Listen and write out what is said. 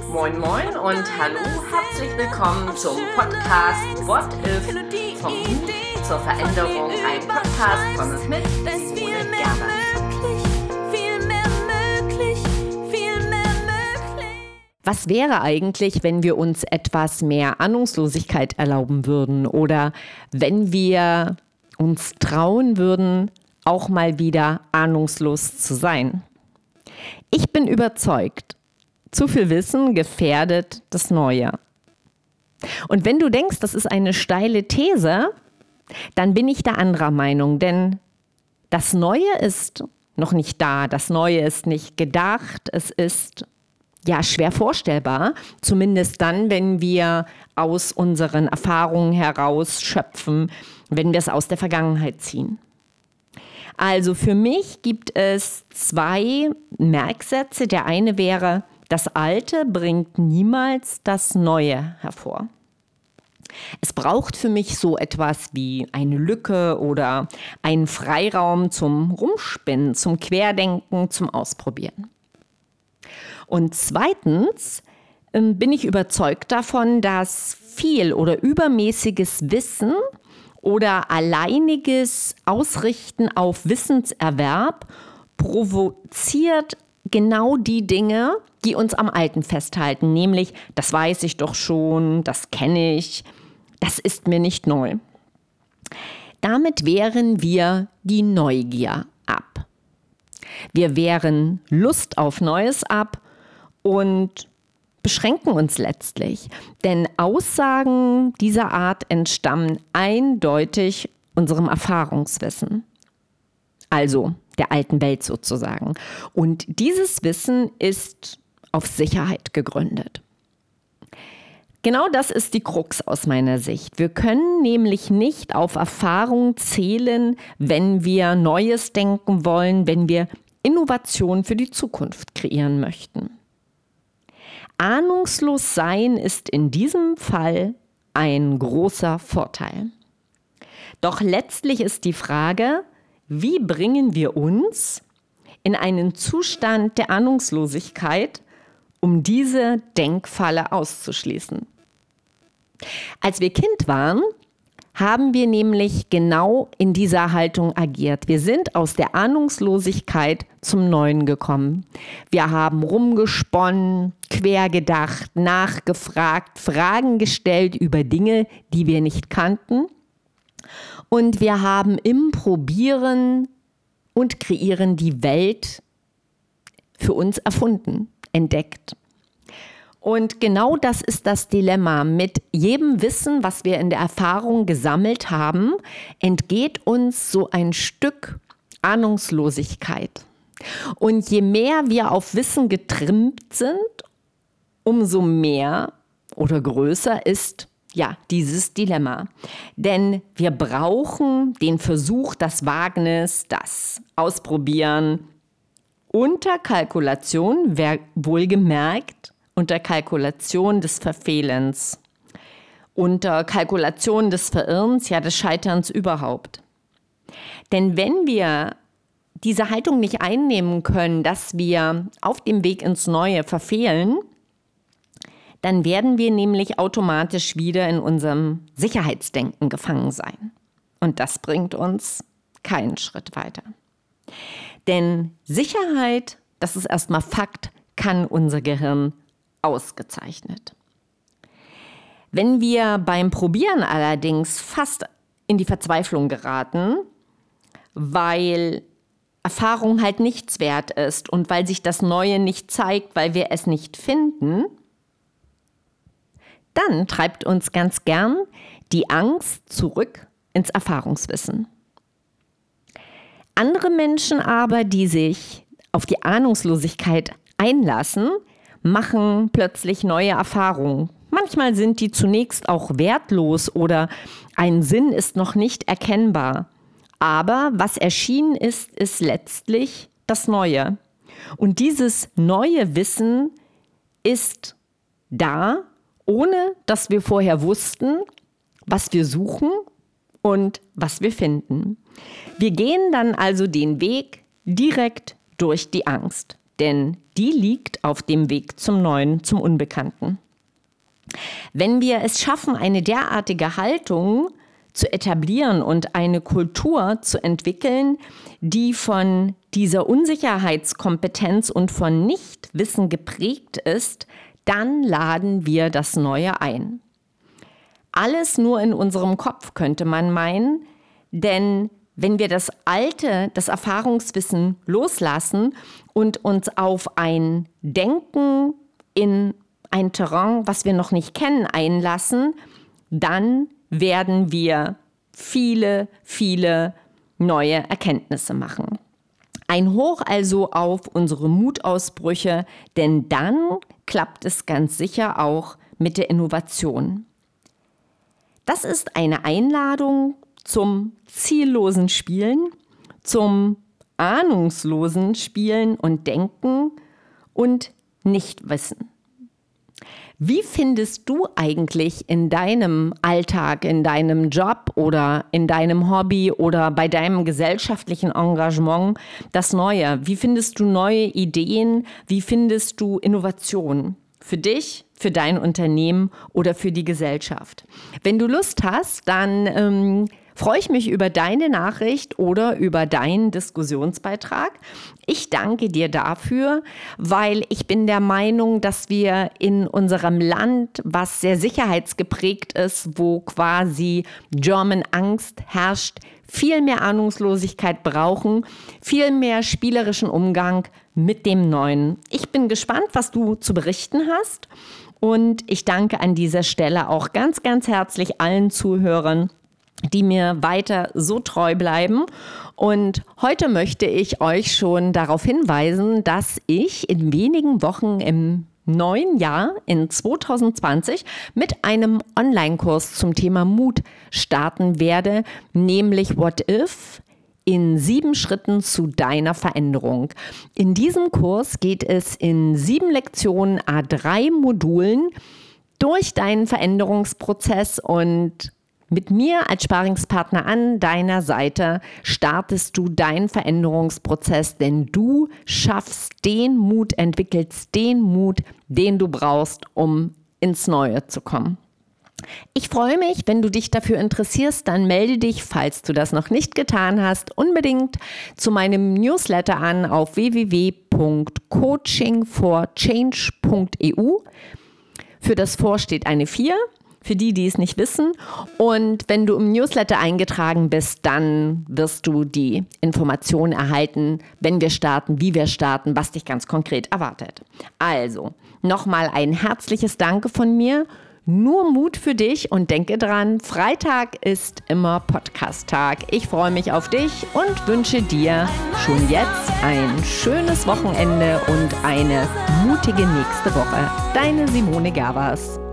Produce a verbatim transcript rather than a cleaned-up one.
Moin Moin und hallo, herzlich willkommen zum Podcast What If? Vom Mut zur Veränderung, ein Podcast von und mit Simone Gerber. Was wäre eigentlich, wenn wir uns etwas mehr Ahnungslosigkeit erlauben würden oder wenn wir uns trauen würden, auch mal wieder ahnungslos zu sein? Ich bin überzeugt, zu viel Wissen gefährdet das Neue. Und wenn du denkst, das ist eine steile These, dann bin ich da anderer Meinung, denn das Neue ist noch nicht da, das Neue ist nicht gedacht, es ist ja schwer vorstellbar, zumindest dann, wenn wir aus unseren Erfahrungen heraus schöpfen, wenn wir es aus der Vergangenheit ziehen. Also für mich gibt es zwei Merksätze. Der eine wäre, das Alte bringt niemals das Neue hervor. Es braucht für mich so etwas wie eine Lücke oder einen Freiraum zum Rumspinnen, zum Querdenken, zum Ausprobieren. Und zweitens ähm, bin ich überzeugt davon, dass viel oder übermäßiges Wissen oder alleiniges Ausrichten auf Wissenserwerb provoziert genau die Dinge, die uns am Alten festhalten, nämlich, das weiß ich doch schon, das kenne ich, das ist mir nicht neu. Damit wehren wir die Neugier ab. Wir wehren Lust auf Neues ab und beschränken uns letztlich, denn Aussagen dieser Art entstammen eindeutig unserem Erfahrungswissen, also der alten Welt sozusagen. Und dieses Wissen ist auf Sicherheit gegründet. Genau das ist die Krux aus meiner Sicht. Wir können nämlich nicht auf Erfahrung zählen, wenn wir Neues denken wollen, wenn wir Innovation für die Zukunft kreieren möchten. Ahnungslos sein ist in diesem Fall ein großer Vorteil. Doch letztlich ist die Frage, wie bringen wir uns in einen Zustand der Ahnungslosigkeit, um diese Denkfalle auszuschließen? Als wir Kind waren, haben wir nämlich genau in dieser Haltung agiert. Wir sind aus der Ahnungslosigkeit zum Neuen gekommen. Wir haben rumgesponnen, quergedacht, nachgefragt, Fragen gestellt über Dinge, die wir nicht kannten. Und wir haben im Probieren und Kreieren die Welt für uns erfunden, entdeckt. Und genau das ist das Dilemma. Mit jedem Wissen, was wir in der Erfahrung gesammelt haben, entgeht uns so ein Stück Ahnungslosigkeit. Und je mehr wir auf Wissen getrimmt sind, umso mehr oder größer ist ja dieses Dilemma. Denn wir brauchen den Versuch, das Wagnis, das Ausprobieren unter Kalkulation, wohlgemerkt, unter Kalkulation des Verfehlens, unter Kalkulation des Verirrens, ja des Scheiterns überhaupt. Denn wenn wir diese Haltung nicht einnehmen können, dass wir auf dem Weg ins Neue verfehlen, dann werden wir nämlich automatisch wieder in unserem Sicherheitsdenken gefangen sein. Und das bringt uns keinen Schritt weiter. Denn Sicherheit, das ist erstmal Fakt, kann unser Gehirn ausgezeichnet. Wenn wir beim Probieren allerdings fast in die Verzweiflung geraten, weil Erfahrung halt nichts wert ist und weil sich das Neue nicht zeigt, weil wir es nicht finden, dann treibt uns ganz gern die Angst zurück ins Erfahrungswissen. Andere Menschen aber, die sich auf die Ahnungslosigkeit einlassen, machen plötzlich neue Erfahrungen. Manchmal sind die zunächst auch wertlos oder ein Sinn ist noch nicht erkennbar. Aber was erschienen ist, ist letztlich das Neue. Und dieses neue Wissen ist da, ohne dass wir vorher wussten, was wir suchen und was wir finden. Wir gehen dann also den Weg direkt durch die Angst. denn die liegt auf dem Weg zum Neuen, zum Unbekannten. Wenn wir es schaffen, eine derartige Haltung zu etablieren und eine Kultur zu entwickeln, die von dieser Unsicherheitskompetenz und von Nichtwissen geprägt ist, dann laden wir das Neue ein. Alles nur in unserem Kopf, könnte man meinen, denn wenn wir das alte, das Erfahrungswissen loslassen und uns auf ein Denken in ein Terrain, was wir noch nicht kennen, einlassen, dann werden wir viele, viele neue Erkenntnisse machen. Ein Hoch also auf unsere Mutausbrüche, denn dann klappt es ganz sicher auch mit der Innovation. Das ist eine Einladung zum ziellosen Spielen, zum ahnungslosen Spielen und Denken und Nichtwissen. Wie findest du eigentlich in deinem Alltag, in deinem Job oder in deinem Hobby oder bei deinem gesellschaftlichen Engagement das Neue? Wie findest du neue Ideen? Wie findest du Innovationen für dich, für dein Unternehmen oder für die Gesellschaft? Wenn du Lust hast, dann ähm, freue ich mich über deine Nachricht oder über deinen Diskussionsbeitrag. Ich danke dir dafür, weil ich bin der Meinung, dass wir in unserem Land, was sehr sicherheitsgeprägt ist, wo quasi German Angst herrscht, viel mehr Ahnungslosigkeit brauchen, viel mehr spielerischen Umgang mit dem Neuen. Ich bin gespannt, was du zu berichten hast und ich danke an dieser Stelle auch ganz, ganz herzlich allen Zuhörern, die mir weiter so treu bleiben. Und heute möchte ich euch schon darauf hinweisen, dass ich in wenigen Wochen im neuen Jahr in zwanzig zwanzig mit einem Online-Kurs zum Thema Mut starten werde, nämlich What If? In sieben Schritten zu deiner Veränderung. In diesem Kurs geht es in sieben Lektionen, a drei Modulen durch deinen Veränderungsprozess und mit mir als Sparringspartner an deiner Seite startest du deinen Veränderungsprozess, denn du schaffst den Mut, entwickelst den Mut, den du brauchst, um ins Neue zu kommen. Ich freue mich, wenn du dich dafür interessierst, dann melde dich, falls du das noch nicht getan hast, unbedingt zu meinem Newsletter an auf w w w punkt coaching for change punkt e u. Für das For steht eine vier. Für die, die es nicht wissen. Und wenn du im Newsletter eingetragen bist, dann wirst du die Informationen erhalten, wenn wir starten, wie wir starten, was dich ganz konkret erwartet. Also, nochmal ein herzliches Danke von mir. Nur Mut für dich und denke dran, Freitag ist immer Podcast-Tag. Ich freue mich auf dich und wünsche dir schon jetzt ein schönes Wochenende und eine mutige nächste Woche. Deine Simone Gavas.